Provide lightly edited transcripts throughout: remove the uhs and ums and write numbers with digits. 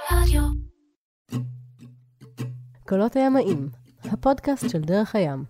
רדיו. קולות הימאים, הפודקאסט של דרך הים.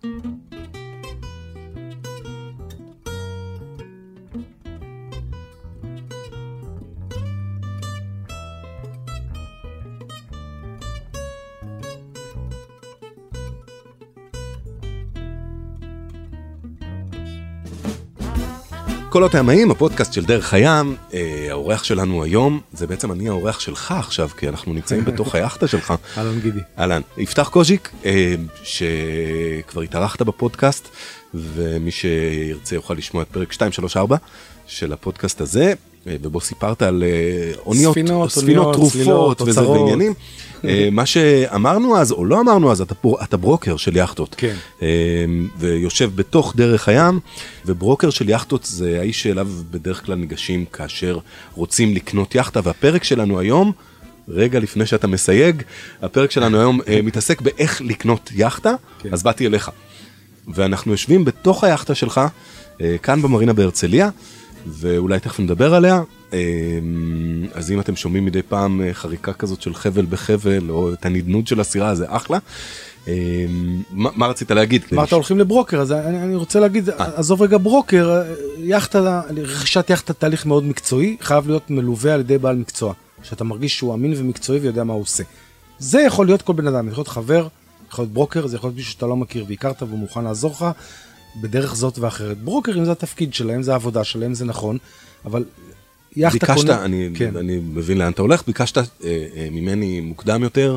קולות הימאים, הפודקאסט של דרך הים. האורח שלנו היום, זה בעצם אני האורח שלך עכשיו, כי אנחנו נמצאים בתוך היחטה שלך. אהלן גידי. אהלן. יפתח קוז'יק, שכבר התארחת בפודקאסט, ומי שירצה יוכל לשמוע את פרק 234 של הפודקאסט הזה, ובו סיפרת על אוניות, ספינות, תרופות וזה בעניינים. מה שאמרנו אז, או לא אמרנו אז, אתה ברוקר של יחטות. כן. ויושב בתוך דרך הים, וברוקר של יחטות זה האיש שאליו בדרך כלל ניגשים כאשר רוצים לקנות יחטה, והפרק שלנו היום, רגע לפני שאתה מסייג, הפרק שלנו היום מתעסק באיך לקנות יחטה, כן. אז באתי אליך. ואנחנו יושבים בתוך היחטה שלך, כאן במרינה בהרצליה, ואולי תכף נדבר עליה. אז אם אתם שומעים מדי פעם חריקה כזאת של חבל בחבל, או את הנדנוד של הסירה, זה אחלה. מה רצית להגיד? מה אתה הולכים לברוקר? אז אני רוצה להגיד, עזוב רגע ברוקר, רכישת יחטה תהליך מאוד מקצועי, חייב להיות מלווה על ידי בעל מקצוע, שאתה מרגיש שהוא אמין ומקצועי ויודע מה הוא עושה. זה יכול להיות כל בן אדם, יכול להיות חבר, יכול להיות ברוקר, זה יכול להיות מישהו שאתה לא מכיר והכרת והוא מוכן לעזור לך, בדרך זאת ואחרת. ברוקרים זה התפקיד שלהם, זה העבודה שלהם, זה נכון, אבל יחטה ביקשת, קונה... אני מבין לאן אתה הולך, ביקשת ממני מוקדם יותר,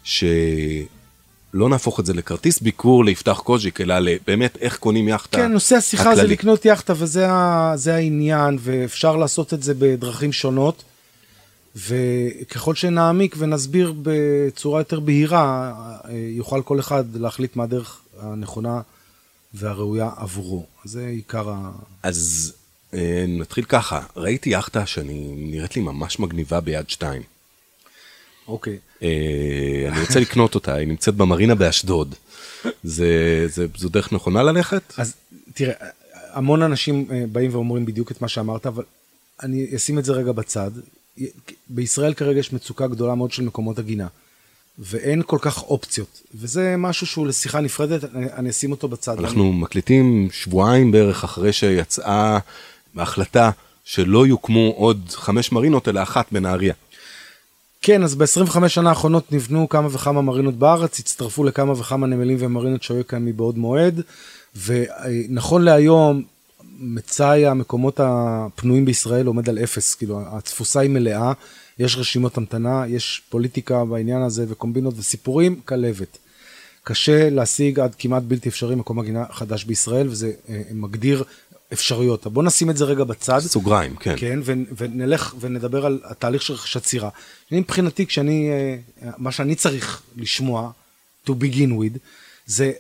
שלא נהפוך את זה לכרטיס ביקור ליפתח קוז'יק, אלא באמת איך קונים יחטה הכללית. כן, נושא השיחה זה לקנות יחטה, וזה העניין, ואפשר לעשות את זה בדרכים שונות, וככל שנעמיק ונסביר בצורה יותר בהירה, יוכל כל אחד להחליט מה הדרך הנכונה והראויה עבורו. זה עיקר אז נתחיל ככה, ראיתי יחטה שאני נראית לי ממש מגניבה ביד 2. אוקיי. אני רוצה לקנות אותה, היא נמצאת במרינה באשדוד. זו דרך נכונה ללכת? אז תראה, המון אנשים באים ואומרים בדיוק את מה שאמרת, אבל אני אשים את זה רגע בצד. בישראל כרגע יש מצוקה גדולה מאוד של מקומות הגינה, ואין כל כך אופציות, וזה משהו שהוא לשיחה נפרדת, אני אשים אותו בצד. אנחנו מקליטים שבועיים בערך אחרי שיצאה ההחלטה שלא יוקמו עוד 5 מרינות, אלא 1 בנהריה. כן, אז ב-25 שנה האחרונות נבנו כמה וכמה מרינות בארץ, הצטרפו לכמה וכמה נמלים ומרינות שהיו כאן מבעוד מועד, ונכון להיום, מצאי המקומות הפנויים בישראל עומד על 0, כאילו התפוסה היא מלאה, יש רשימות המתנה, יש פוליטיקה בעניין הזה וקומבינות וסיפורים, כלבת. קשה להשיג עד כמעט בלתי אפשרי מקום הגינה חדש בישראל, וזה מגדיר אפשרויות. בוא נשים את זה רגע בצד. סוגריים, כן. כן, ונלך ונדבר על התהליך של רכישת סירה. מבחינתי, מה שאני צריך לשמוע, to begin with, זה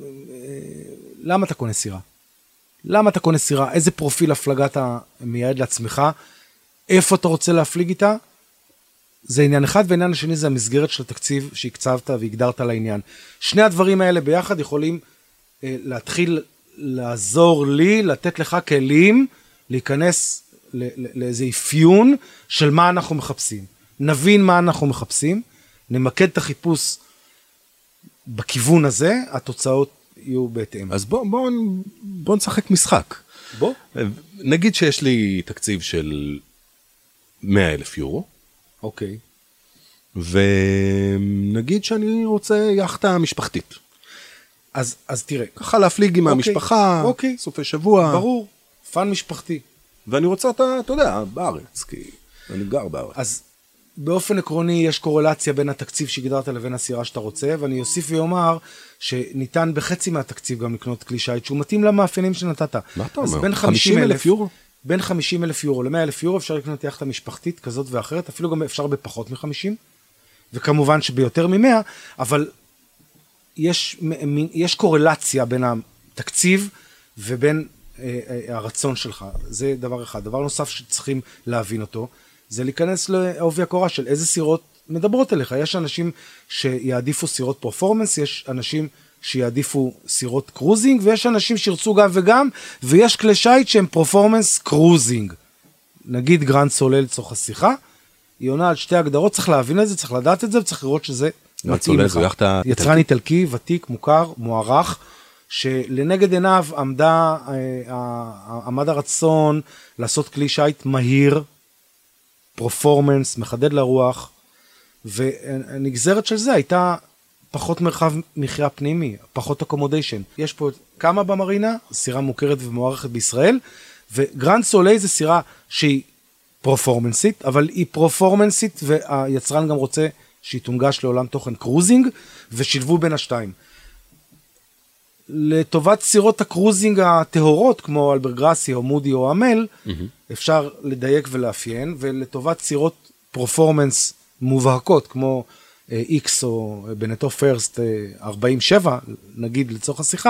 למה אתה קונה סירה? למה אתה קונה סירה? איזה פרופיל הפלגה אתה מייעד לעצמך? איפה אתה רוצה להפליג איתה? זה עניין אחד, ועניין השני זה המסגרת של התקציב שהקצבת והגדרת לעניין. שני הדברים האלה ביחד יכולים להתחיל לעזור לי, לתת לך כלים, להיכנס לאיזה אפיון של מה אנחנו מחפשים. נבין מה אנחנו מחפשים, נמקד את החיפוש בכיוון הזה, התוצאות יהיו בהתאם. אז בוא נשחק משחק. בוא. נגיד שיש לי תקציב של 100,000 יורו. אוקיי. ונגיד שאני רוצה יחטה משפחתית. אז תראה. ככה להפליג עם המשפחה, סופי שבוע. ברור, פן משפחתי. ואני רוצה אותה, אתה יודע, בארץ, כי אני גר בארץ. אז באופן עקרוני יש קורלציה בין התקציב שהגדרת לבין הסירה שאתה רוצה, ואני אוסיף ויאמר שניתן בחצי מהתקציב גם לקנות כלי שיט, שהוא מתאים למאפיינים שנתת. מה אתה אומר? אז בין 50,000 יורו? בין 50,000 יורו ל-100,000 יורו אפשר לקנות יחטה משפחתית כזאת ואחרת, אפילו גם אפשר בפחות מ-50, וכמובן שביותר מ-100, אבל יש קורלציה בין התקציב ובין הרצון שלך. זה דבר אחד. דבר נוסף שצריכים להבין אותו, זה להיכנס לעובי הקורה של איזה סירות מדברות אליך. יש אנשים שיעדיפו סירות פרפורמנס, יש אנשים שיעדיפו סירות קרוזינג, ויש אנשים שירצו גם וגם, ויש כלי שיט שהם פרפורמנס קרוזינג. נגיד גרנד סולל לצורך השיחה, היא עונה על שתי הגדרות, צריך להבין את זה, צריך לדעת את זה, וצריך לראות שזה מתאים לך. יצרן איטלקי, ותיק, מוכר, מוערך, שלנגד עיניו עמד הרצון לעשות כלי שייט מהיר, פרפורמנס, מחדד לרוח, ונגזרת של זה הייתה פחות מרחב מחיה פנימי, פחות אקומודיישן. יש פה כמה במרינה, סירה מוכרת ומוערכת בישראל, וגרנד סולי זה סירה שהיא פרפורמנסית, אבל היא פרפורמנסית, והיצרן גם רוצה שהיא תונגש לעולם תוכן קרוזינג, ושילבו בין השתיים. לטובת סירות הקרוזינג הטהורות, כמו אלברגרסי או מודי או אמל, אפשר לדייק ולאפיין, ולטובת סירות פרפורמנס מובהקות, כמו X או בנטו פרסט 47, נגיד לצורך השיחה,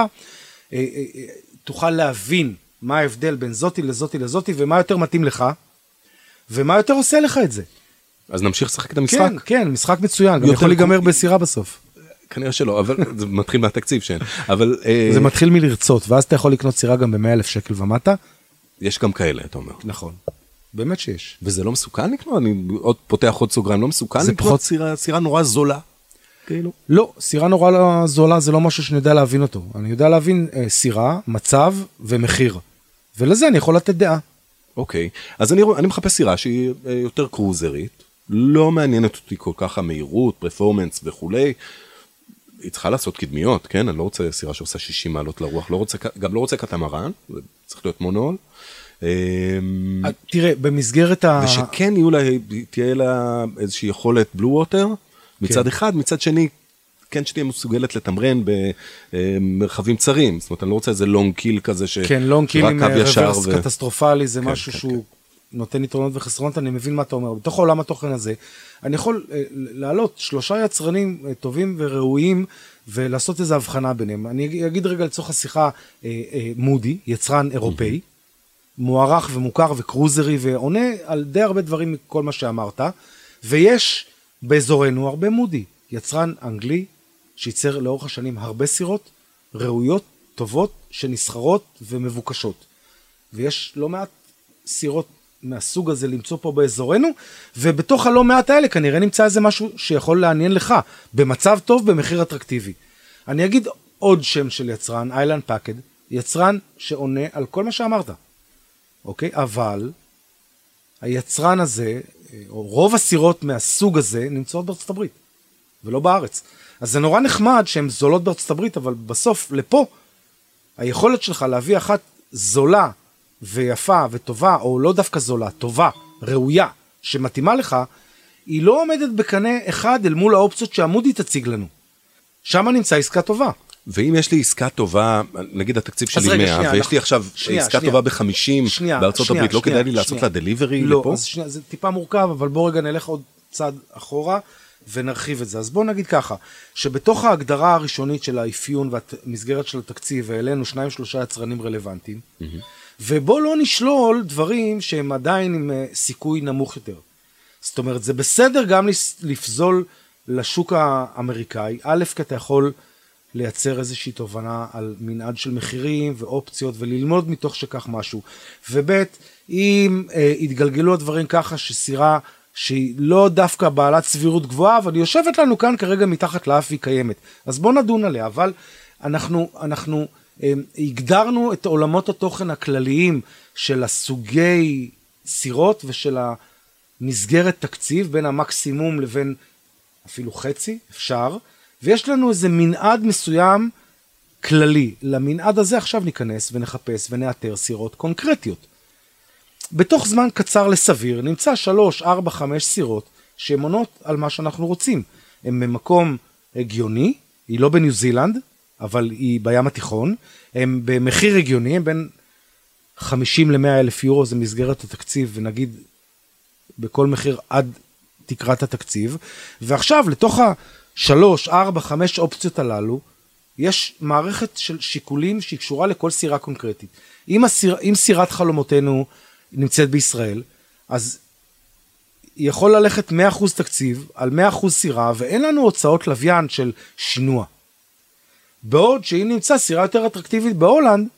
תוכל להבין מה ההבדל בין זאתי לזאתי לזאתי, ומה יותר מתאים לך, ומה יותר עושה לך את זה. אז נמשיך לשחק את המשחק? כן, כן, משחק מצוין, גם יכול להיגמר בסירה בסוף. כנראה שלא, אבל זה מתחיל מהתקציב שאין. אבל זה מתחיל מלרצות, ואז אתה יכול לקנות סירה גם ב100,000 שקל ומטה. יש גם כאלה, אתה אומר. נכון. באמת שיש. וזה לא מסוכן לקנות? אני פותח עוד סוגריים, לא מסוכן לקנות סירה נורא זולה? כאילו? לא, סירה נורא זולה זה לא משהו שאני יודע להבין אותו. אני יודע להבין סירה, מצב ומחיר. ולזה אני יכול לתת דעה. אוקיי, אז אני מחפש סירה שהיא יותר קרוזרית, לא מעניינת אותי כל כך המהירות, פרפורמנס וכולי, היא צריכה לעשות קדמיות, כן? אני לא רוצה סירה שעושה 60 מעלות לרוח, גם לא רוצה קטמרן, זה צריך להיות מונול. תראה, במסגרת ושכן תהיה לה איזושהי יכולת בלו ווטר, מצד אחד, מצד שני, כן שתהיה מסוגלת לתמרן במרחבים צרים, זאת אומרת, אני לא רוצה איזה לונג קיל כזה, כן, לונג קיל עם רוורס קטסטרופלי, זה משהו שהוא נותן יתרונות וחסרונות, אני מבין מה אתה אומר. בתוך העולם התוכן הזה, אני יכול להעלות 3 יצרנים טובים וראויים, ולעשות איזו הבחנה ביניהם. אני אגיד רגע לצורך השיחה, מודי, יצרן אירופאי, מוערך ומוכר וקרוזרי, ועונה על די הרבה דברים מכל מה שאמרת, ויש באזורנו הרבה מודי, יצרן אנגלי, שייצר לאורך השנים הרבה סירות, ראויות, טובות, שנסחרות ומבוקשות. ויש לא מעט סירות מהסוג הזה למצוא פה באזורנו, ובתוך הלא מעט האלה כנראה נמצא איזה משהו שיכול לעניין לך, במצב טוב, במחיר אטרקטיבי. אני אגיד עוד שם של יצרן, איילנד פאקד, יצרן שעונה על כל מה שאמרת. אוקיי? אבל היצרן הזה, או רוב הסירות מהסוג הזה, נמצאות בארצות הברית, ולא בארץ. אז זה נורא נחמד שהן זולות בארצות הברית, אבל בסוף לפה, היכולת שלך להביא אחת זולה ויפה וטובה, או לא דווקא זולה, טובה, ראויה, שמתאימה לך, היא לא עומדת בקנה אחד אל מול האופציות שהמודי תציג לנו. שם נמצא עסקה טובה. ואם יש לי עסקה טובה, נגיד התקציב שלי 100, ויש לי עכשיו עסקה טובה ב-50 בארצות הברית, לא כדאי לי לעשות לה דליברי לפה? לא, אז שנייה, זה טיפה מורכב, אבל בוא רגע נלך עוד צעד אחורה, ונרחיב את זה. אז בוא נגיד ככה, שבתוך ההגדרה הראשונית של האפיון והמסגרת של התקציב, העלינו 2-3 יצרנים רלוונטיים, ובוא לא נשלול דברים שהם עדיין עם סיכוי נמוך יותר. זאת אומרת, זה בסדר גם לפזול לשוק האמריקאי, א', כי אתה יכול לייצר איזושהי תובנה על מנעד של מחירים ואופציות, וללמוד מתוך שכך משהו. וב', אם התגלגלו הדברים ככה שסירה שהיא לא דווקא בעלת סבירות גבוהה, אבל היא יושבת לנו כאן כרגע מתחת לאף והיא קיימת. אז בוא נדון עליה, אבל אנחנו הגדרנו את עולמות התוכן הכלליים של הסוגי סירות ושל המסגרת תקציב, בין המקסימום לבין אפילו חצי, אפשר, ויש לנו איזה מנעד מסוים כללי. למנעד הזה עכשיו ניכנס ונחפש ונאתר סירות קונקרטיות. בתוך זמן קצר לסביר נמצא 3, 4, 5 סירות שמונות על מה שאנחנו רוצים. הן במקום הגיוני, היא לא בניו זילנד, אבל היא בים התיכון, הן במחיר הגיוני, הן בין 50 ל-100 אלף יורו, זה מסגרת התקציב, ונגיד בכל מחיר עד תקרת התקציב, ועכשיו לתוך 3, 4, 5 אופציות הללו, יש מערכת של שיקולים שהיא קשורה לכל סירה קונקרטית. אם סירת חלומותינו נמצאת בישראל, אז יכול ללכת 100% תקציב על 100% סירה, ואין לנו הוצאות לוויין של שינוע. בעוד שאם נמצא סירה יותר אטרקטיבית בהולנד,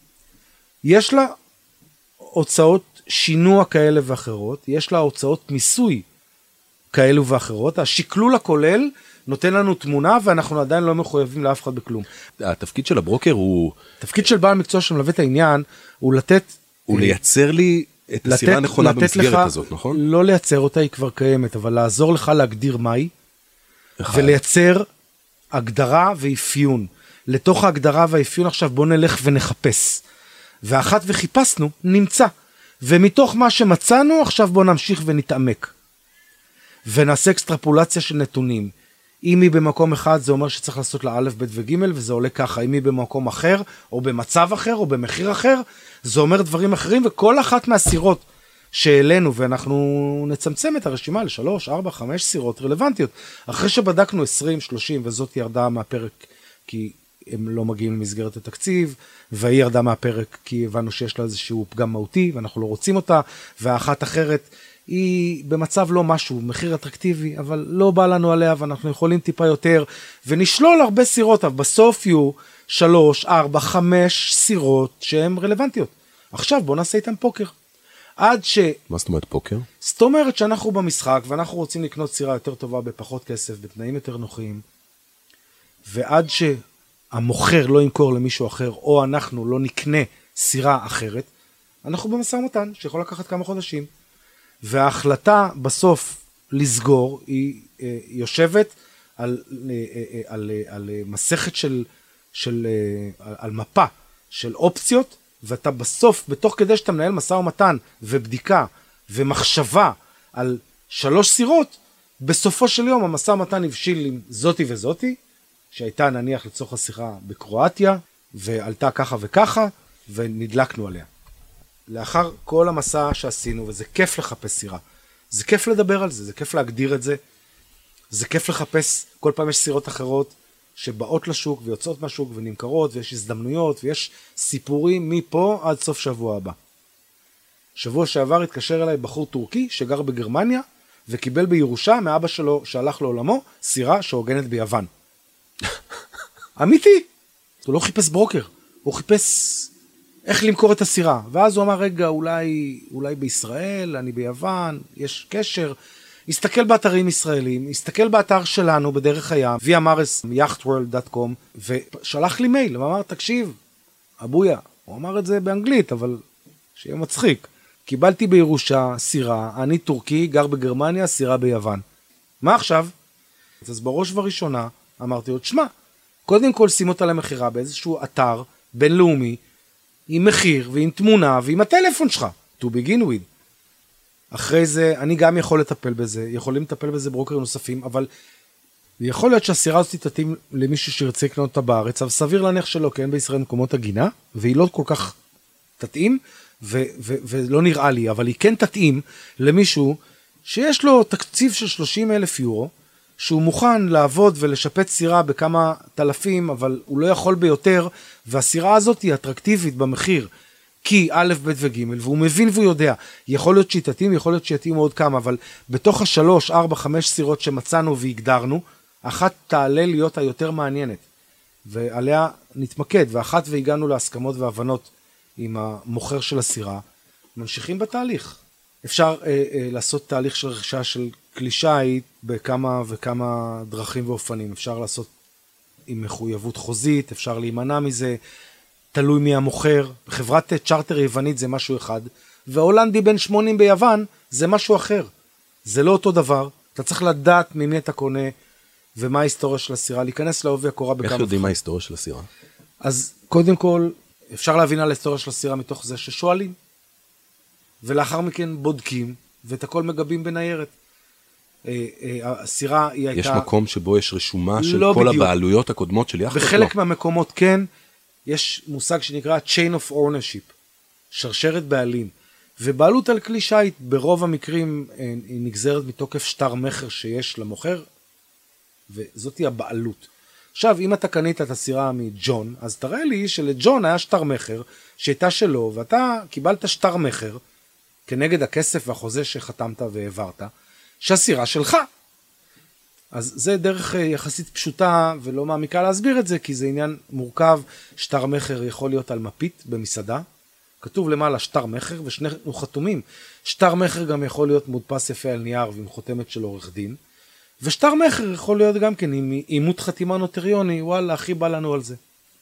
יש לה הוצאות שינוע כאלה ואחרות, יש לה הוצאות מיסוי כאלו ואחרות. השקלול הכולל נותן לנו תמונה, ואנחנו עדיין לא מחויבים לאף אחד בכלום. התפקיד של הברוקר הוא... תפקיד של בעל מקצוע שמלווה את העניין, הוא לתת... הוא לייצר לי את הסירה הנכונה במסגרת הזאת, נכון? לא לייצר אותה, היא כבר קיימת, אבל לעזור לך להגדיר מהי, ולייצר הגדרה ואפיון. לתוך ההגדרה והאפיון עכשיו בוא נלך ונחפש. ואחת וחיפשנו, נמצא. ומתוך מה שמצאנו, עכשיו בוא נמשיך ונתעמק. ונעשה אקסטרפולציה של נתונים. אם היא במקום אחד, זה אומר שצריך לעשות לה א', ב' וג', וזה עולה ככה. אם היא במקום אחר, או במצב אחר, או במחיר אחר, זה אומר דברים אחרים, וכל אחת מהסירות שהעלינו, ואנחנו נצמצם את הרשימה ל3, 4, 5 סירות רלוונטיות. אחרי שבדקנו 20, 30, וזאת ירדה מהפרק, כי הם לא מגיעים למסגרת התקציב, והיא ירדה מהפרק, כי הבנו שיש לה איזשהו פגם מהותי, ואנחנו לא רוצים אותה, והאחת אחרת, היא במצב לא משהו, מחיר אטרקטיבי, אבל לא בא לנו עליה, ואנחנו יכולים טיפה יותר, ונשלול הרבה סירות, אבל בסוף יהיו 3, 4, 5 סירות שהן רלוונטיות. עכשיו בוא נעשה איתן פוקר. עד ש... מה זאת אומרת פוקר? זאת אומרת שאנחנו במשחק, ואנחנו רוצים לקנות סירה יותר טובה בפחות כסף, בתנאים יותר נוחים, ועד שהמוכר לא ימכור למישהו אחר, או אנחנו לא נקנה סירה אחרת, אנחנו במשא ומתן שיכול לקחת כמה חודשים. וההחלטה בסוף לסגור היא יושבת על מסכת על מפה של אופציות, ואתה בסוף, בתוך כדי שאתה מנהל משא ומתן ובדיקה ומחשבה על 3 סירות, בסופו של יום המשא ומתן הבשיל עם זאתי וזאתי, שהייתה נניח לצורך השיחה בקרואטיה, ועלתה ככה וככה, ונדלקנו עליה. לאחר כל המסע שעשינו, וזה כיף לחפש סירה, זה כיף לדבר על זה, זה כיף להגדיר את זה, זה כיף לחפש, כל פעם יש סירות אחרות שבאות לשוק ויוצאות מהשוק ונמכרות, ויש הזדמנויות ויש סיפורים מפה עד סוף שבוע הבא. שבוע שעבר התקשר אליי בחור טורקי שגר בגרמניה, וקיבל בירושה מאבא שלו שהלך לעולמו, סירה שהוגנת ביוון. אמיתי, הוא לא חיפש ברוקר, הוא חיפש איך למכור את הסירה, ואז הוא אמר, רגע, אולי בישראל, אני ביוון, יש קשר, הסתכל באתרים ישראלים, הסתכל באתר שלנו בדרך הים, via maris yachtworld.com, ושלח לי מייל, ואמר, תקשיב, אבויה, הוא אמר את זה באנגלית, אבל שיהיה מצחיק, קיבלתי בירושה סירה, אני טורקי, גר בגרמניה, סירה ביוון. מה עכשיו? אז בראש ובראשונה, אמרתי לו, שמע, קודם כל שים אותה למחירה באיזשהו אתר בינלאומי, עם מחיר ועם תמונה ועם הטלפון שלך, to begin with. אחרי זה, אני גם יכול לטפל בזה, יכולים לטפל בזה ברוקרים נוספים, אבל יכול להיות שהסירה הזאת תתאים למישהו שירצה לקנות אותה בארץ, אבל סביר להניח שלא, כי אין בישראל מקומות הגינה, והיא לא כל כך תתאים, ולא נראה לי, אבל היא כן תתאים למישהו שיש לו תקציב של 30,000 יורו, שהוא מוכן לעבוד ולשפץ סירה בכמה תלפים, אבל הוא לא יכול ביותר, והסירה הזאת היא אטרקטיבית במחיר, כי א', ב' וג', והוא מבין והוא יודע, יכול להיות שהיא תתאים, יכול להיות שיתאים עוד כמה, אבל בתוך 3, 4, 5 סירות שמצאנו והגדרנו, אחת תעלה להיות היותר מעניינת, ועליה נתמקד, ואחת והגענו להסכמות והבנות עם המוכר של הסירה, ממשיכים בתהליך. אפשר לעשות תהליך של רכישה של כלי שיט בכמה וכמה דרכים ואופנים. אפשר לעשות עם מחויבות חוזית, אפשר להימנע מזה, תלוי מי המוכר. חברת צ'רטר יוונית זה משהו אחד, והולנדי בן 80 ביוון זה משהו אחר. זה לא אותו דבר. אתה צריך לדעת ממי אתה קונה ומה ההיסטוריה של הסירה, להיכנס לעובי הקורה בכמה. איך יודעים מה ההיסטוריה של הסירה? אז קודם כל, אפשר להבין על ההיסטוריה של הסירה מתוך זה ששואלים, ולאחר מכן בודקים, ואת הכל מגבים בניירת. הסירה היא הייתה... יש מקום שבו יש רשומה של כל הבעלויות הקודמות של יחד? בחלק מהמקומות כן, יש מושג שנקרא chain of ownership, שרשרת בעלים, ובעלות על כלי שייט ברוב המקרים היא נגזרת מתוקף שטר מחר שיש למוכר, וזאת היא הבעלות. עכשיו, אם אתה קנית את הסירה מג'ון, אז תראה לי שלג'ון היה שטר מחר, שהייתה שלו, ואתה קיבלת שטר מחר, כנגד הכסף והחוזה שחתמת והעברת, שהסירה שלך. אז זה דרך יחסית פשוטה, ולא מעמיקה להסביר את זה, כי זה עניין מורכב. שטר מחר יכול להיות על מפית במסעדה, כתוב למעלה שטר מחר ושנינו חתומים. שטר מחר גם יכול להיות מודפס יפה על נייר ועם חותמת של עורך דין, ושטר מחר יכול להיות גם כן עם אימות חתימה נוטריוני, וואלה, הכי בא לנו על זה.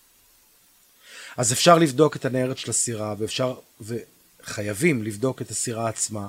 אז אפשר לבדוק את הניירת של הסירה, וחייבים לבדוק את הסירה עצמה,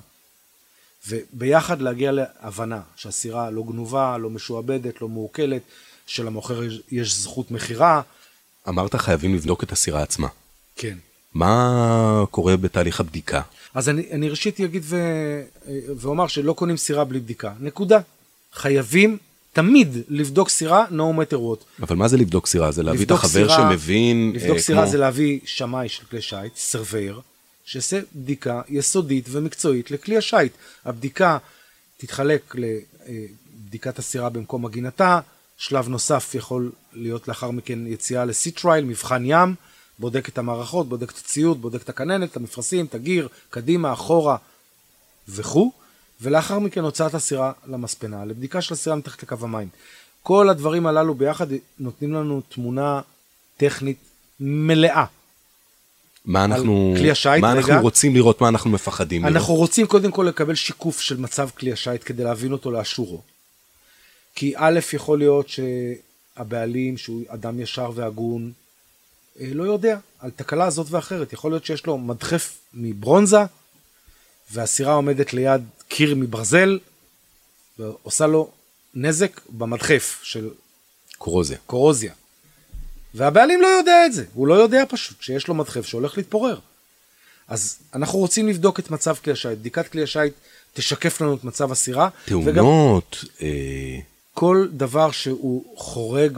וביחד להגיע להבנה שהסירה לא גנובה, לא משועבדת, לא מעוקלת, שלמוכר יש זכות מחירה. אמרת חייבים לבדוק את הסירה עצמה. כן. מה קורה בתהליך הבדיקה? אז אני ראשית אגיד ואומר שלא קונים סירה בלי בדיקה. נקודה. חייבים תמיד לבדוק סירה, no matter what. אבל מה זה לבדוק סירה? זה להביא את החבר שמבין... לבדוק סירה זה להביא שמאי של כלי שייט, סרווייר, שעושה בדיקה יסודית ומקצועית לכלי השייט. הבדיקה תתחלק לבדיקת הסירה במקום הגינתה, שלב נוסף יכול להיות לאחר מכן יציאה לסי-טרייל, מבחן ים, בודק את המערכות, בודק את הציוד, בודק את הכננת, את המפרשים, את הגיר, קדימה, אחורה וכו'. ולאחר מכן הוצאת הסירה למספנה, לבדיקה של הסירה מתחת לקו המים. כל הדברים הללו ביחד נותנים לנו תמונה טכנית מלאה. מה אנחנו רגע, רוצים לראות, מה אנחנו מפחדים לראות? אנחנו רוצים קודם כל לקבל שיקוף של מצב כלי השייט כדי להבין אותו לאשורו. כי א' יכול להיות שהבעלים, שהוא אדם ישר והגון, לא יודע על תקלה הזאת ואחרת. יכול להיות שיש לו מדחף מברונזה, והסירה עומדת ליד קיר מברזל, ועושה לו נזק במדחף של קורוזיה. והבעלים לא יודע את זה, הוא לא יודע פשוט שיש לו מדחף שהולך להתפורר. אז אנחנו רוצים לבדוק את מצב כלי השייט, בדיקת כלי השייט תשקף לנו את מצב הסירה. תאונות. כל דבר שהוא חורג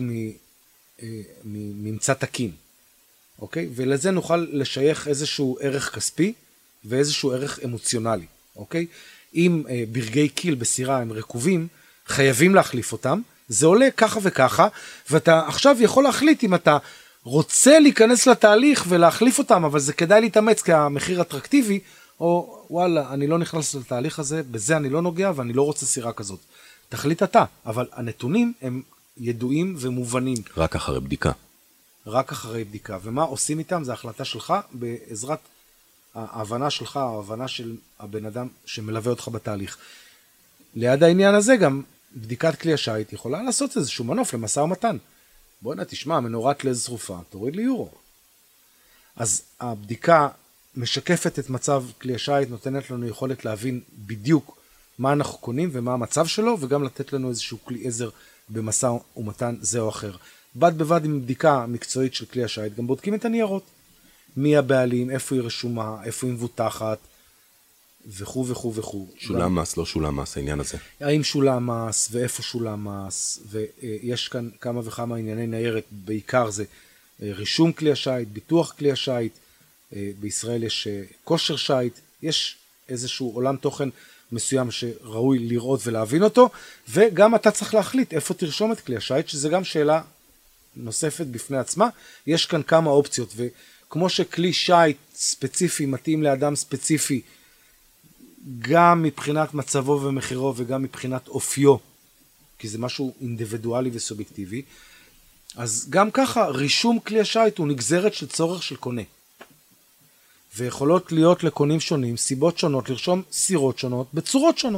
מממצא תקין, אוקיי? ולזה נוכל לשייך איזשהו ערך כספי, ואיזשהו ערך אמוציונלי, אוקיי? אם ברגי קיל בסירה הם רקובים, חייבים להחליף אותם, זה עולה ככה וככה, ואתה עכשיו יכול להחליט אם אתה רוצה להיכנס לתהליך ולהחליף אותם, אבל זה כדאי להתאמץ כי המחיר אטרקטיבי, או וואלה, אני לא נכנס לתהליך הזה, בזה אני לא נוגע ואני לא רוצה סירה כזאת. תחליט אתה, אבל הנתונים הם ידועים ומובנים. רק אחרי בדיקה. רק אחרי בדיקה, ומה עושים איתם? זה החלטה שלך בעזרת ההבנה שלך, ההבנה של הבן אדם שמלווה אותך בתהליך. ליד העניין הזה גם בדיקת כלי השייט יכולה לעשות איזשהו מנוף למשא ומתן. בוא תשמע, מנורת לז שרופה, תוריד לי יורו. אז הבדיקה משקפת את מצב כלי השייט, נותנת לנו יכולת להבין בדיוק מה אנחנו קונים ומה המצב שלו, וגם לתת לנו איזשהו כלי עזר במשא ומתן זה או אחר. בד בבד עם בדיקה מקצועית של כלי השייט, גם בודקים את הניירות. מי הבעלים, איפה היא רשומה, איפה היא מבוטחת, וכו' וכו' וכו'. שולם מס, לא שולם מס, העניין הזה. האם שולם מס, ואיפה שולם מס, ויש כאן כמה וכמה ענייני ניירת, בעיקר זה רישום כלי השייט, ביטוח כלי השייט, בישראל יש כושר שייט, יש איזשהו עולם תוכן מסוים שראוי לראות ולהבין אותו, וגם אתה צריך להחליט איפה תרשום את כלי השייט, שזה גם שאלה נוספת בפני עצמה. יש כאן כמה אופציות, וכמו שכלי שייט ספציפי מתאים לאדם ספציפי, גם מבחינת מצבו ומחירו וגם מבחינת אופיו, כי זה משהו אינדיבידואלי וסובייקטיבי, אז גם ככה רישום כלי השייט הוא נגזרת של צורך של קונה. ויכולות להיות לקונים שונים, סיבות שונות, לרשום סירות שונות בצורות שונות.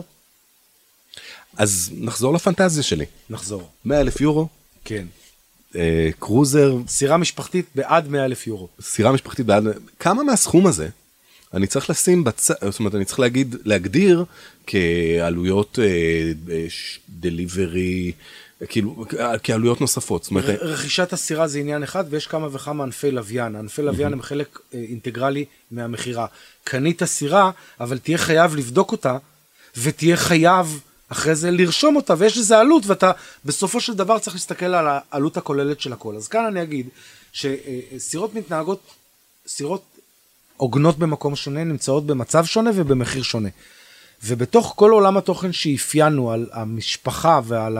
אז נחזור לפנטזיה שלי. נחזור. 100,000 יורו? כן. קרוזר. סירה משפחתית בעד 100,000 יורו. סירה משפחתית בעד... כמה מהסכום הזה אני צריך לשים בצד, זאת אומרת, אני צריך להגדיר כעלויות דליברי, כאילו, כעלויות נוספות. זאת אומרת, רכישת הסירה זה עניין אחד, ויש כמה וכמה ענפי לוויין. ענפי לוויין הם חלק אינטגרלי מהמחירה. קנית סירה, אבל תהיה חייב לבדוק אותה, ותהיה חייב אחרי זה לרשום אותה, ויש לזה עלות, ואתה בסופו של דבר צריך להסתכל על העלות הכוללת של הכל. אז כאן אני אגיד שסירות מתנהגות, סירות עוגנות במקום שונה, נמצאות במצב שונה ובמחיר שונה. ובתוך כל עולם התוכן שאפיינו על המשפחה ועל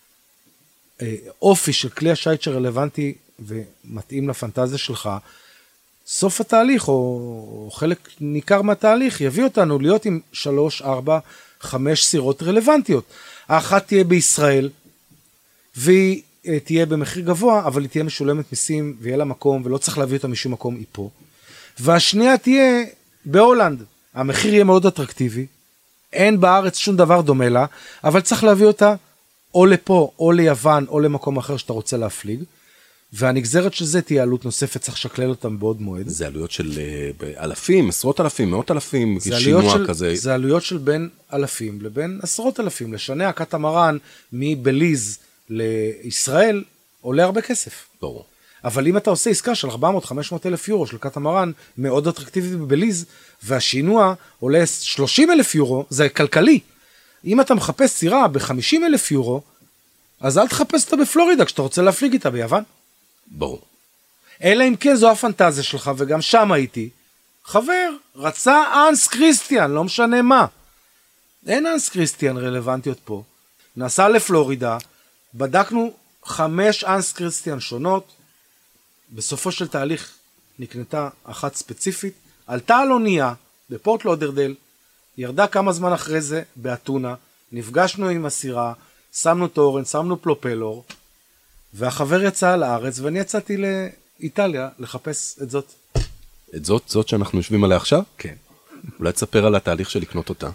האופי של כלי השייט שרלוונטי ומתאים לפנטזיה שלך, סוף התהליך או חלק ניכר מהתהליך יביא אותנו להיות עם 3, 4, 5 סירות רלוונטיות. האחת תהיה בישראל והיא תהיה במחיר גבוה, אבל היא תהיה משולמת מיסים ויהיה לה מקום ולא צריך להביא אותה משום מקום היא פה. והשנייה תהיה בהולנד. המחיר יהיה מאוד אטרקטיבי, אין בארץ שום דבר דומה לה, אבל צריך להביא אותה או לפה, או ליוון, או למקום אחר שאתה רוצה להפליג, והנגזרת של זה תהיה עלות נוספת, צריך לשקלל אותם בעוד מועד. זה עלויות של אלפים, עשרות אלפים, מאות אלפים, שינוע כזה. זה עלויות של בין אלפים לבין עשרות אלפים. לשנע קטמרן מבליז לישראל עולה הרבה כסף. ברור. אבל אם אתה עושה עסקה של 400-500 אלף יורו של קטמרן מאוד אטרקטיבי בבליז, והשינוע עולה 30 אלף יורו, זה כלכלי. אם אתה מחפש סירה ב-50 אלף יורו, אז אל תחפש אותה בפלורידה כשאתה רוצה להפליג איתה ביוון. ברור. אלא אם כן זו הפנטזיה שלך, וגם שם הייתי. חבר, רצה אנס קריסטיאן, לא משנה מה. אין אנס קריסטיאן רלוונטיות פה. נסע לפלורידה, בדקנו 5 אנס קריסטיאן שונות, בסופו של תהליך נקנתה אחת ספציפית, עלתה על אונייה בפורט לודרדל, ירדה כמה זמן אחרי זה באתונה, נפגשנו עם הסירה, שמנו תורן, שמנו פלופלור, והחבר יצא לארץ, ואני יצאתי לאיטליה לחפש את זאת. את זאת שאנחנו יושבים עליה עכשיו? כן. אולי תספר על התהליך של לקנות אותה.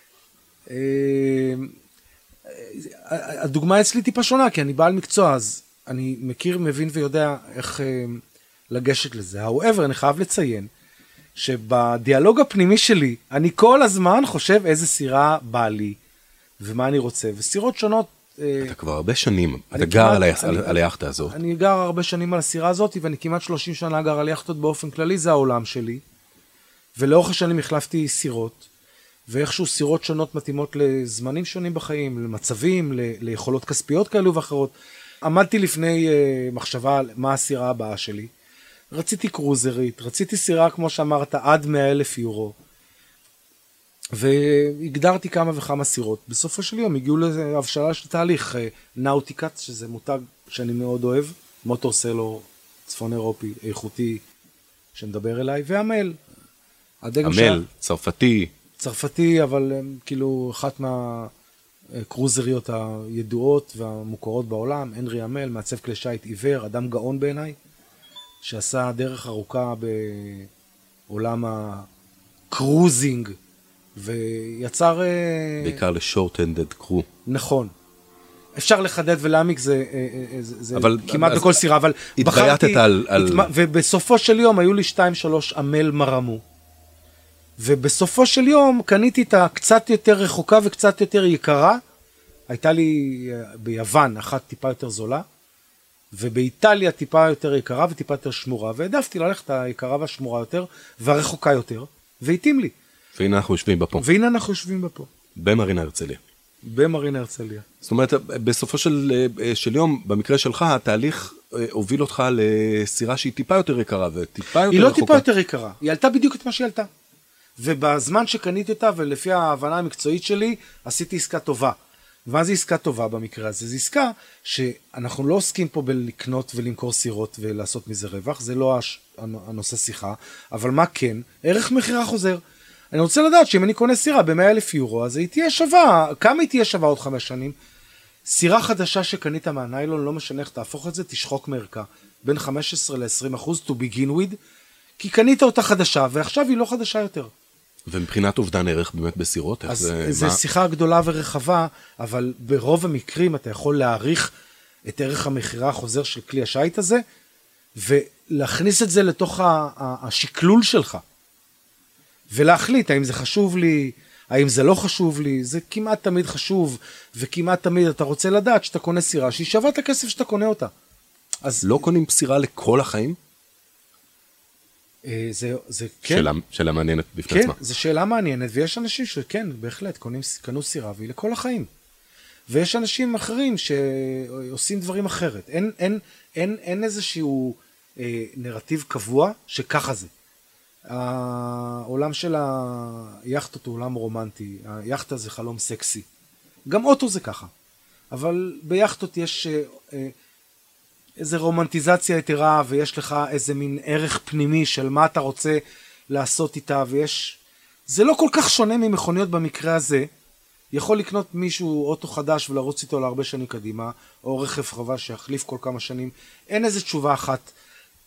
הדוגמה אצלי טיפה שונה, כי אני בעל מקצוע, אז אני מכיר, מבין ויודע איך לגשת לזה. however, אני חייב לציין, שבדיאלוג הפנימי שלי, אני כל הזמן חושב איזה סירה בא לי, ומה אני רוצה, וסירות שונות. אתה כבר הרבה שנים, אתה גר על היאכטה הזאת. אני גר הרבה שנים על הסירה הזאת, ואני כמעט 30 שנה גר על יאכטות באופן כללי, זה העולם שלי. ולאורך השנים החלפתי סירות, ואיכשהו סירות שונות מתאימות לזמנים שונים בחיים, למצבים, ליכולות כספיות כאלו ואחרות. עמדתי לפני מחשבה על מה הסירה הבאה שלי. רציתי קרוזרית, רציתי סירה כמו שאמרת עד 100,000 יורו. והגדרתי כמה וכמה סירות. בסופו של יום הגיעו להבשלה של תהליך נאוטיקט, שזה מותג שאני מאוד אוהב, מוטור סלו, צפון אירופי, איכותי, שמדבר אליי, והמל. המל, צרפתי. צרפתי, אבל כאילו אחת מהקרוזריות הידועות והמוכרות בעולם, הנרי המל, מעצב כלי שיט עיוור, אדם גאון בעיניי, שעשה דרך ארוכה בעולם הקרוזינג, ויצר בעיקר לשורט-הנדד קרו. נכון. אפשר לחדד ולהעמיק זה כמעט בכל סירה, אבל התבייתת על... ובסופו של יום היו לי 2-3 עמל מרמו. ובסופו של יום קניתי את הקצת יותר רחוקה וקצת יותר יקרה. הייתה לי ביוון אחת טיפה יותר זולה, ובאיטליה טיפה יותר יקרה וטיפה יותר שמורה, והעדפתי ללכת היקרה והשמורה יותר והרחוקה יותר, והתאים לי. והנה אנחנו יושבים בפה. במרינה הרצליה. במרינה הרצליה. זאת אומרת, בסופו של יום, במקרה שלך, התהליך הוביל אותך לסירה שהיא טיפה יותר יקרה וטיפה יותר רחוקה. היא לא טיפה יותר יקרה, היא עלתה בדיוק את מה שהיא עלתה. ובזמן שקניתי אותה, ולפי ההבנה המקצועית שלי, עשיתי עסקה טובה. ומה זה עסקה טובה במקרה הזה? זו עסקה שאנחנו לא עוסקים פה בלקנות ולמכור סירות ולעשות מזה רווח, זה לא הנושא שיחה, אבל מה כן? ערך מחירה חוזר. אני רוצה לדעת שאם אני קונה סירה ב100,000 יורו, אז היא תהיה שווה. כמה היא תהיה שווה עוד 5 שנים? סירה חדשה שקנית מהניילון, לא משנה איך תהפוך את זה, תשחוק מערכה. בין 15 ל-20% to begin with, כי קנית אותה חדשה, ועכשיו היא לא חדשה יותר. ומבחינת אובדן ערך באמת בסירות? אז זה שיחה גדולה ורחבה, אבל ברוב המקרים אתה יכול להעריך את ערך המחירה החוזר של כלי השייט הזה, ולהכניס את זה לתוך השקלול שלך. ולהחליט האם זה חשוב לי, האם זה לא חשוב לי, זה כמעט תמיד חשוב, וכמעט תמיד אתה רוצה לדעת שאתה קונה סירה, שהיא שווה את הכסף שאתה קונה אותה. אז לא קונים סירה לכל החיים? זה כן. שאלה מעניינת בפני עצמה. כן, זו שאלה מעניינת, ויש אנשים שכן, בהחלט, קנו סירה, והיא לכל החיים. ויש אנשים אחרים שעושים דברים אחרת. אין איזשהו נרטיב קבוע שככה זה. העולם של היאכטות הוא עולם רומנטי, היאכטה זה חלום סקסי. גם אוטו זה ככה. אבל ביאכטות יש איזו רומנטיזציה יתרה, ויש לך איזה מין ערך פנימי של מה אתה רוצה לעשות איתה, זה לא כל כך שונה ממכוניות במקרה הזה. יכול לקנות מישהו אוטו חדש ולרוץ איתו להרבה שנים קדימה, או רכב חווה שיחליף כל כמה שנים. אין איזו תשובה אחת.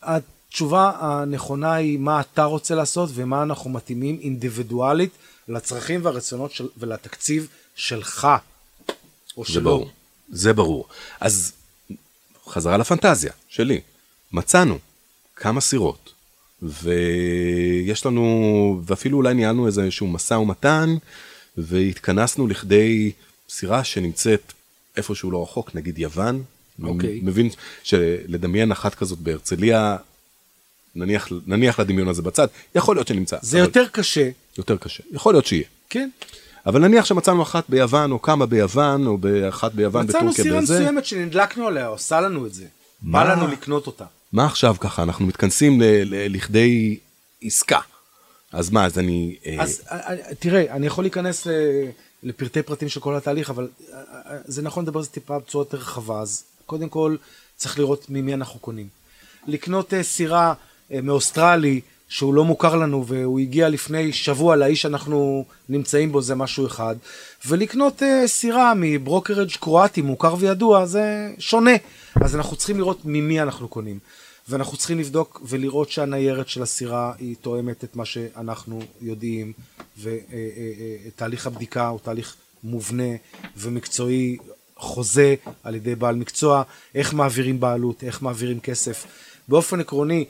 התשובה הנכונה היא מה אתה רוצה לעשות ומה אנחנו מתאימים אינדיבידואלית לצרכים והרצונות ולתקציב שלך או שלו. ברור. זה ברור. אז חזרה לפנטזיה שלי. מצאנו כמה סירות, ויש לנו, ואפילו אולי ניהלנו איזשהו מסע ומתן, והתכנסנו לכדי סירה שנמצאת איפשהו לא רחוק, נגיד יוון. אוקיי. מבין שלדמיין אחת כזאת בהרצליה, נניח לדמיון הזה בצד, יכול להיות שנמצא. זה יותר קשה. יותר קשה. יכול להיות שיהיה. כן. אבל נניח שמצאנו אחת ביוון, או כמה ביוון, או אחת ביוון בטורקיה בזה. מצאנו סירה מסוימת שנדלקנו עליה, עושה לנו את זה. בא לנו לקנות אותה. מה עכשיו ככה? אנחנו מתכנסים לכדי עסקה. אז מה, אז אני... אז תראה, אני יכול להיכנס לפרטי פרטים של כל התהליך, אבל זה נכון לדבר על זה טיפה בצורה יותר רחבה, אז קודם כל צריך לראות ממי אנחנו קונים. לקנות סירה מאוסטרלי, שהוא לא מוכר לנו, והוא הגיע לפני שבוע לאיש שאנחנו נמצאים בו, זה משהו אחד, ולקנות סירה מברוקרג' קרואטי, מוכר וידוע, זה שונה. אז אנחנו צריכים לראות ממי אנחנו קונים, ואנחנו צריכים לבדוק ולראות שהניירת של הסירה היא תואמת את מה שאנחנו יודעים, ותהליך הבדיקה הוא תהליך מובנה ומקצועי, חוזה על ידי בעל מקצוע, איך מעבירים בעלות, איך מעבירים כסף. באופן עקרוני,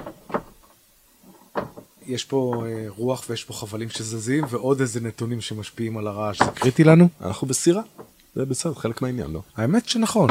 יש פה רוח ויש פה חבלים שזזים, ועוד איזה נתונים שמשפיעים על הרעש. זה קריטי לנו? אנחנו בסירה. זה בסדר, חלק מהעניין, לא? האמת שנכון.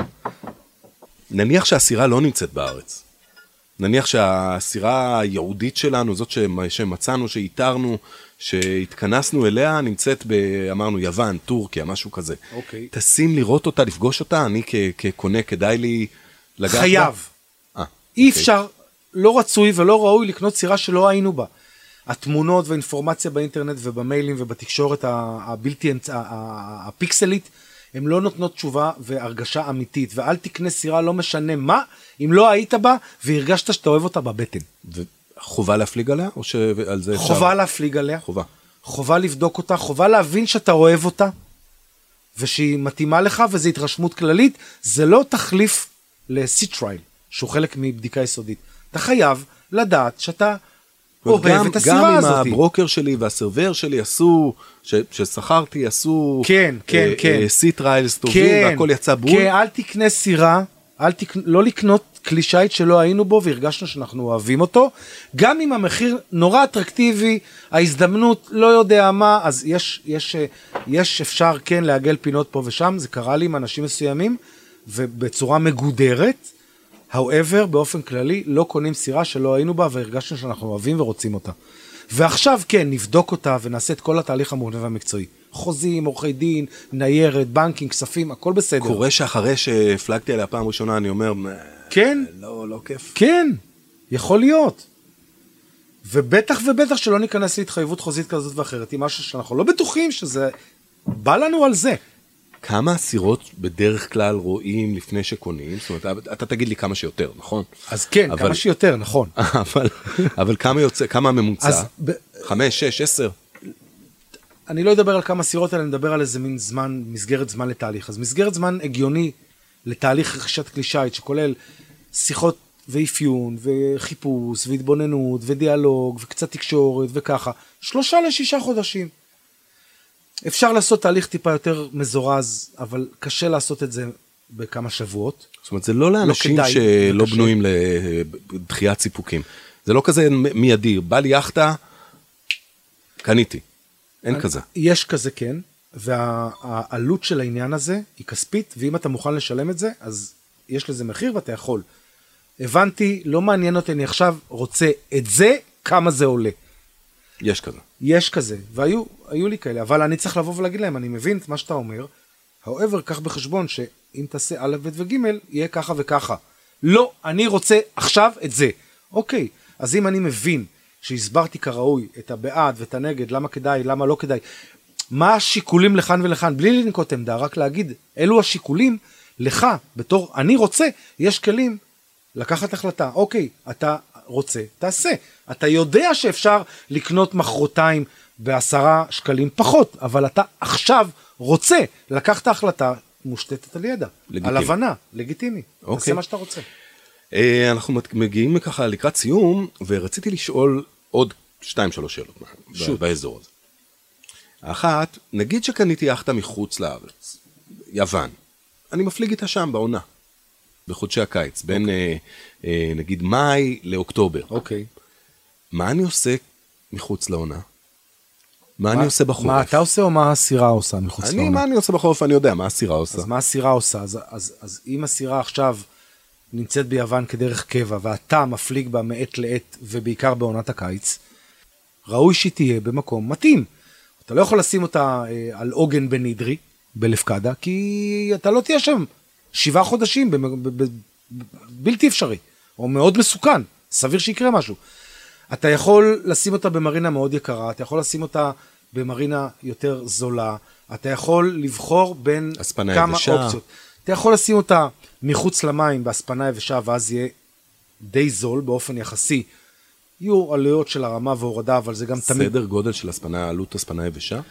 נניח שהסירה לא נמצאת בארץ. נניח שהסירה הייעודית שלנו, זאת שמצאנו, שאיתרנו, שהתכנסנו אליה, נמצאת אמרנו, יוון, טורקיה, משהו כזה. אוקיי. תשים לראות אותה, לפגוש אותה, אני כקונה, כדאי לי לגעת בה? חייב. אי אפשר, לא רצוי ולא ראוי לקנות סירה שלא היינו בה. התמונות והאינפורמציה באינטרנט ובמיילים ובתקשורת הבלתי הפיקסלית, הן לא נותנות תשובה והרגשה אמיתית, ואל תקנה סירה לא משנה מה, אם לא היית בה והרגשת שאתה אוהב אותה בבטן. חובה להפליג עליה? או שעל זה אפשר? חובה להפליג עליה. חובה. חובה לבדוק אותה, חובה להבין שאתה אוהב אותה, ושהיא מתאימה לך, וזו התרשמות כללית, זה לא תחליף ל-C-Trial, שהוא חלק מבדיקה יסודית. אתה חייב לדעת שאתה אוהב את הסירה הזאת. גם אם הברוקר שלי והסרבר שלי עשו, ששכרתי, עשו C-Trials טובים, והכל יצא בול. כן, אל תקנה סירה, לא לקנות כלי שיט שלא היינו בו, והרגשנו שאנחנו אוהבים אותו, גם אם המחיר נורא אטרקטיבי, ההזדמנות לא יודע מה, אז יש אפשר כן לעגל פינות פה ושם, זה קרה לי עם אנשים מסוימים, ובצורה מגודרת, however, באופן כללי, לא קונים סירה שלא היינו בה, והרגשנו שאנחנו אוהבים ורוצים אותה. ועכשיו כן, נבדוק אותה ונעשה את כל התהליך המובנה והמקצועי. חוזים, עורכי דין, ניירת, בנקים, כספים, הכל בסדר. קורה שאחרי שהפלגתי עליה פעם ראשונה, אני אומר, כן, לא כיף. כן, יכול להיות. ובטח שלא ניכנס להתחייבות חוזית כזאת ואחרת, עם משהו שאנחנו לא בטוחים שזה בא לנו על זה. כמה סירות בדרך כלל רואים לפני שקונים? זאת אומרת, אתה תגיד לי כמה שיותר, נכון? אז כן, כמה שיותר, נכון. אבל כמה הממוצע? 5, 6, 10? אני לא אדבר על כמה סירות, אלא נדבר על איזה מין זמן, מסגרת זמן לתהליך. אז מסגרת זמן הגיוני לתהליך רכישת כלי שיט, שכולל שיחות ואפיון, וחיפוש, והתבוננות, ודיאלוג, וקצת תקשורת, וככה. 3 ל6 חודשים. אפשר לעשות תהליך טיפה יותר מזורז, אבל קשה לעשות את זה בכמה שבועות. זאת אומרת, זה לא לאנשים שלא בנויים לדחיית סיפוקים. זה לא כזה מיידי. בא לי יחטה, קניתי. אין כזה. יש כזה, כן. והעלות של העניין הזה היא כספית, ואם אתה מוכן לשלם את זה, אז יש לזה מחיר ואתה יכול. הבנתי, לא מעניין אותי, אני עכשיו רוצה את זה, כמה זה עולה. יש כזה. יש כזה, והיו לי כאלה, אבל אני צריך לבוא ולהגיד להם, אני מבין את מה שאתה אומר, however, קח בחשבון שאם תעשה א', ב' וג', יהיה ככה וככה. לא, אני רוצה עכשיו את זה. אוקיי, אז אם אני מבין שהסברתי כראוי את הבעד ואת הנגד, למה כדאי, למה לא כדאי, מה השיקולים לכאן ולכאן, בלי לנקוט עמדה, רק להגיד, אלו השיקולים, לך, בתור אני רוצה, יש כלים לקחת החלטה. אוקיי, אתה רוצה, תעשה. אתה יודע שאפשר לקנות מחרתיים ב10 שקלים פחות, אבל אתה עכשיו רוצה לקחת החלטה מושתתת על ידע, על הבנה, לגיטימי. תעשה מה שאתה רוצה. אנחנו מגיעים ככה לקראת סיום, ורציתי לשאול עוד 2-3 שאלות באזור הזה. האחת, נגיד שקניתי יאכטה מחוץ לארץ, יוון, אני מפליג איתה שם בעונה, בחודשי הקיץ, בין נגיד מאי לאוקטובר. אוקיי. מה אני עושה מחוץ לעונה? מה אני עושה בחורף? מה אתה עושה או מה הסירה עושה מחוץ לעונה? מה אני עושה בחורף, אני יודע, מה הסירה עושה. אז מה הסירה עושה? אז אם הסירה עכשיו נמצאת ביוון כדרך קבע, ואתה מפליג בה מעת לעת, ובעיקר בעונת הקיץ, ראוי שהיא תהיה במקום מתאים. אתה לא יכול לשים אותה על עוגן בנידרי, בלפקדה, כי אתה לא תהיה שם 7 חודשים, בלתי אפשרי, או מאוד מסוכן, סביר שיקרה משהו. אתה יכול לשים אותה במרינה מאוד יקרה, אתה יכול לשים אותה במרינה יותר זולה, אתה יכול לבחור בין כמה אופציות. אתה יכול לשים אותה מחוץ למים בהספנה יבשה, ואז יהיה די זול באופן יחסי. יהיו עלויות של הרמה והורדה, אבל זה גם תמיד... סדר גודל של עלות הספנה יבשה?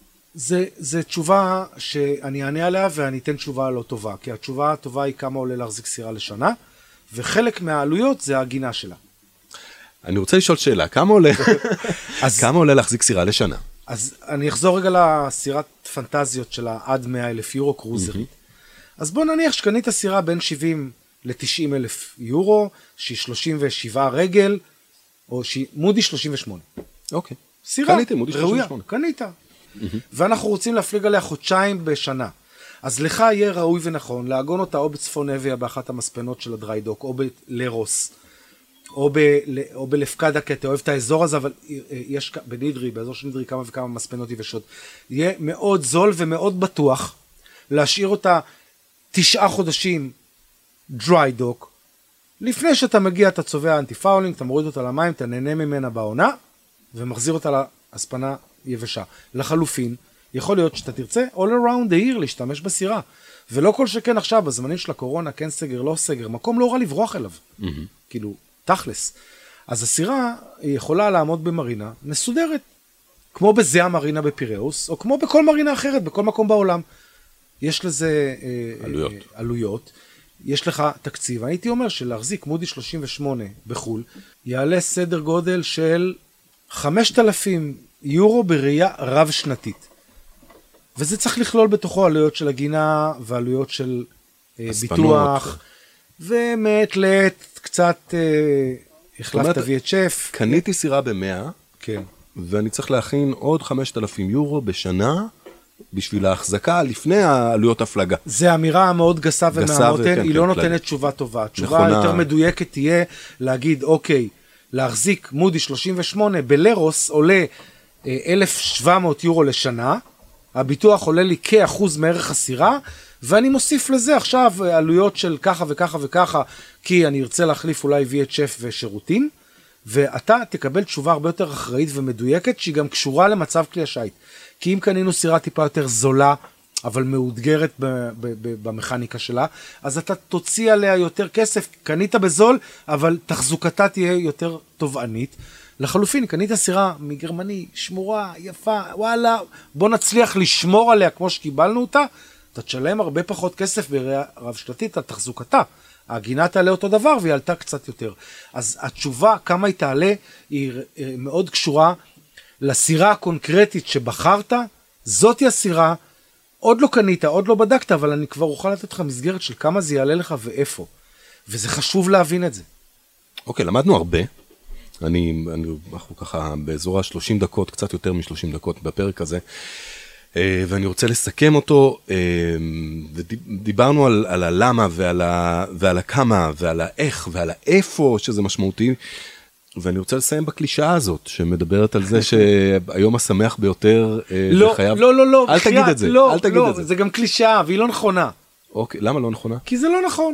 זה תשובה שאני אענה עליה, ואני אתן תשובה לא טובה, כי התשובה הטובה היא כמה עולה להחזיק סירה לשנה, וחלק מהעלויות זה הגינה שלה. אני רוצה לשאול שאלה, כמה עולה להחזיק סירה לשנה? אז אני אחזור רגע לסירת פנטזיות שלה עד 100,000 יורו קרוזרית. אז בוא נניח שקנית סירה בין 70 ל-90,000 יורו, שהיא 37 רגל, או שהיא מודי 38. אוקיי. סירה קניתי מודי 38. קנית. ואנחנו רוצים להפליג עליה חודשיים בשנה. אז לך יהיה ראוי ונכון להגון אותה או בצפון אביה באחת המספנות של הדריידוק, או בלרוס, או בלפקדה, כי אתה אוהב את האזור הזה, אבל יש בנידרי, באזור של נידרי כמה וכמה מספנות יבשות. יהיה מאוד זול ומאוד בטוח להשאיר אותה 9 חודשים דריידוק, לפני שאתה מגיע אתה צובע אנטי-פאולינג, אתה מוריד אותה למים, אתה נהנה ממנה בעונה, ומחזיר אותה להספנה יבשה. לחלופין, יכול להיות שאתה תרצה all around the year להשתמש בסירה. ולא כל שכן עכשיו, בזמנים של הקורונה, כן סגר, לא סגר, מקום לא רע לברוח אליו. כאילו, תכלס. אז הסירה היא יכולה לעמוד במרינה מסודרת, כמו בזה המרינה בפיראוס, או כמו בכל מרינה אחרת, בכל מקום בעולם. יש לזה עלויות. יש לך תקציב. הייתי אומר שלהחזיק מודי 38 בחול, יעלה סדר גודל של 5,000 יורו בראייה רב שנתית. וזה צריך לכלול בתוכו עלויות של הגינה, ועלויות של ביטוח, ומעת לעת קצת החלפת VHF. קניתי סירה ב-100, כן. ואני צריך להכין עוד 5,000 יורו בשנה, בשביל ההחזקה לפני העלויות הפלגה. זה אמירה מאוד גסה ומהמותן, היא לא נותנת תשובה טובה. תשובה יותר מדויקת תהיה להגיד, אוקיי, להחזיק מודי 38 בלרוס עולה 1,700 יורו לשנה, הביטוח עולה לי כאחוז מערך הסירה, ואני מוסיף לזה עכשיו עלויות של ככה וככה וככה, כי אני ארצה להחליף אולי VHF ושירותים, ואתה תקבל תשובה הרבה יותר אחראית ומדויקת, שהיא גם קשורה למצב כלי השייט. כי אם קנינו סירה טיפה יותר זולה, אבל מאותגרת במכניקה שלה, אז אתה תוציא עליה יותר כסף, קנית בזול, אבל תחזוקתה תהיה יותר תובענית. לחלופין, קנית סירה מגרמני, שמורה, יפה, וואלה, בוא נצליח לשמור עליה כמו שקיבלנו אותה, אתה תשלם הרבה פחות כסף בראייה רב שנתית על תחזוקתה. הגינה תעלה אותו דבר והיא עלתה קצת יותר. אז התשובה כמה היא תעלה היא מאוד קשורה לסירה הקונקרטית שבחרת, זאתי הסירה, עוד לא קנית, עוד לא בדקת, אבל אני כבר אוכל לתת לך מסגרת של כמה זה יעלה לך ואיפה. וזה חשוב להבין את זה. אוקיי, למדנו הרבה. אנחנו ככה באזור ה-30 דקות, קצת יותר מ-30 דקות בפרק הזה, ואני רוצה לסכם אותו, ודיברנו על הלמה ועל הכמה ועל האיך ועל האיפה שזה משמעותי, ואני רוצה לסיים בקלישאה הזאת, שמדברת על זה שהיום השמח ביותר בחייו. לא, אל תגיד את זה, אל תגיד את זה. זה גם קלישאה, והיא לא נכונה. אוקיי, למה לא נכונה? כי זה לא נכון.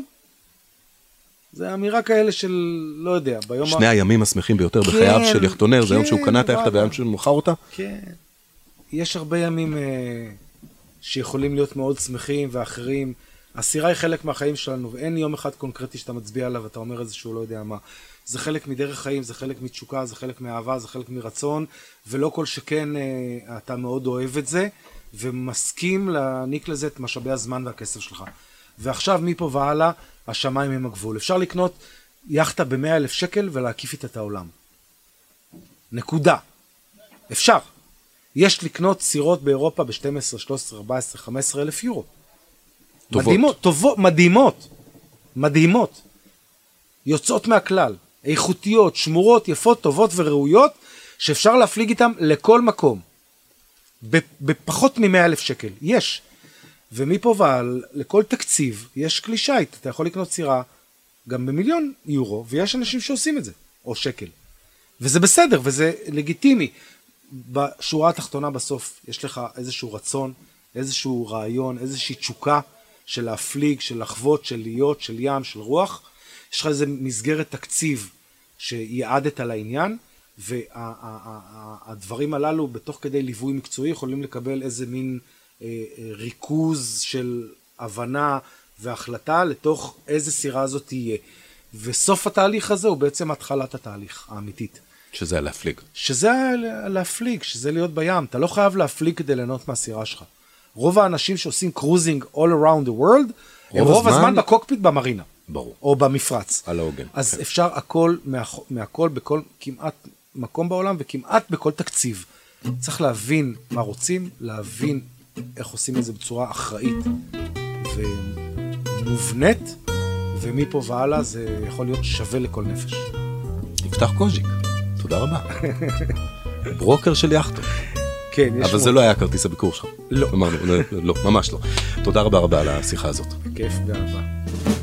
זה אמירה כאלה של, לא יודע, ביום... שני הימים השמחים ביותר בחייו של יחטונר, זה יום שהוא קנה את היחטה והיום שהוא מוכר אותה? כן. יש הרבה ימים שיכולים להיות מאוד שמחים ואחרים. הסירה היא חלק מהחיים שלנו, ואין יום אחד קונקרטי שאתה מצביע עליו, ואתה אומר את זה שהוא לא יודע מה. זה חלק מדרך חיים, זה חלק מתשוקה, זה חלק מאהבה, זה חלק מרצון, ולא כל שכן אתה מאוד אוהב את זה, ומסכים להעניק לזה את משאבי הזמן והכסף שלך. ועכשיו מפה והלאה, השמיים הם הגבול. אפשר לקנות יחטה ב100,000 שקל ולהקיף איתה את העולם. נקודה. אפשר. יש לקנות סירות באירופה ב-12, 13, 14, 15 אלף יורו. טובות. מדהימות. יוצאות מהכלל. איכותיות, שמורות, יפות, טובות וראויות, שאפשר להפליג איתם לכל מקום. בפחות מ100,000 שקל. יש. ומפה לכל תקציב יש כלי שייט. אתה יכול לקנות סירה גם ב1,000,000 יורו, ויש אנשים שעושים את זה, או שקל. וזה בסדר, וזה לגיטימי. בשורה התחתונה בסוף יש לך איזשהו רצון, איזשהו רעיון, איזושהי תשוקה של להפליג, של לחוות, של להיות, של ים, של רוח. יש לך איזו מסגרת תקציב שיעדת לעניין, והדברים הללו בתוך כדי ליווי מקצועי יכולים לקבל איזה מין ריכוז של הבנה והחלטה לתוך איזה סירה הזאת תהיה. וסוף התהליך הזה הוא בעצם התחלת התהליך האמיתית. שזה להפליג. שזה להפליג, שזה להיות בים. אתה לא חייב להפליג כדי ליהנות מהסירה שלך. רוב האנשים שעושים קרוזינג all around the world, הם רוב הזמן בקוקפיט במרינה. ברור. או במפרץ. על העוגן. אז אפשר הכל, מהכל, בכל כמעט מקום בעולם, וכמעט בכל תקציב. צריך להבין מה רוצים, להבין איך עושים את זה בצורה אחראית ומובנית, ומפה והלאה זה יכול להיות שווה לכל נפש. יפתח קוז'יק, תודה רבה. ברוקר של יחטות. כן, יש אבל זה לא היה כרטיס הביקור שלך. לא. אמרנו, לא, ממש לא. תודה רבה על השיחה הזאת. כיף, באהבה.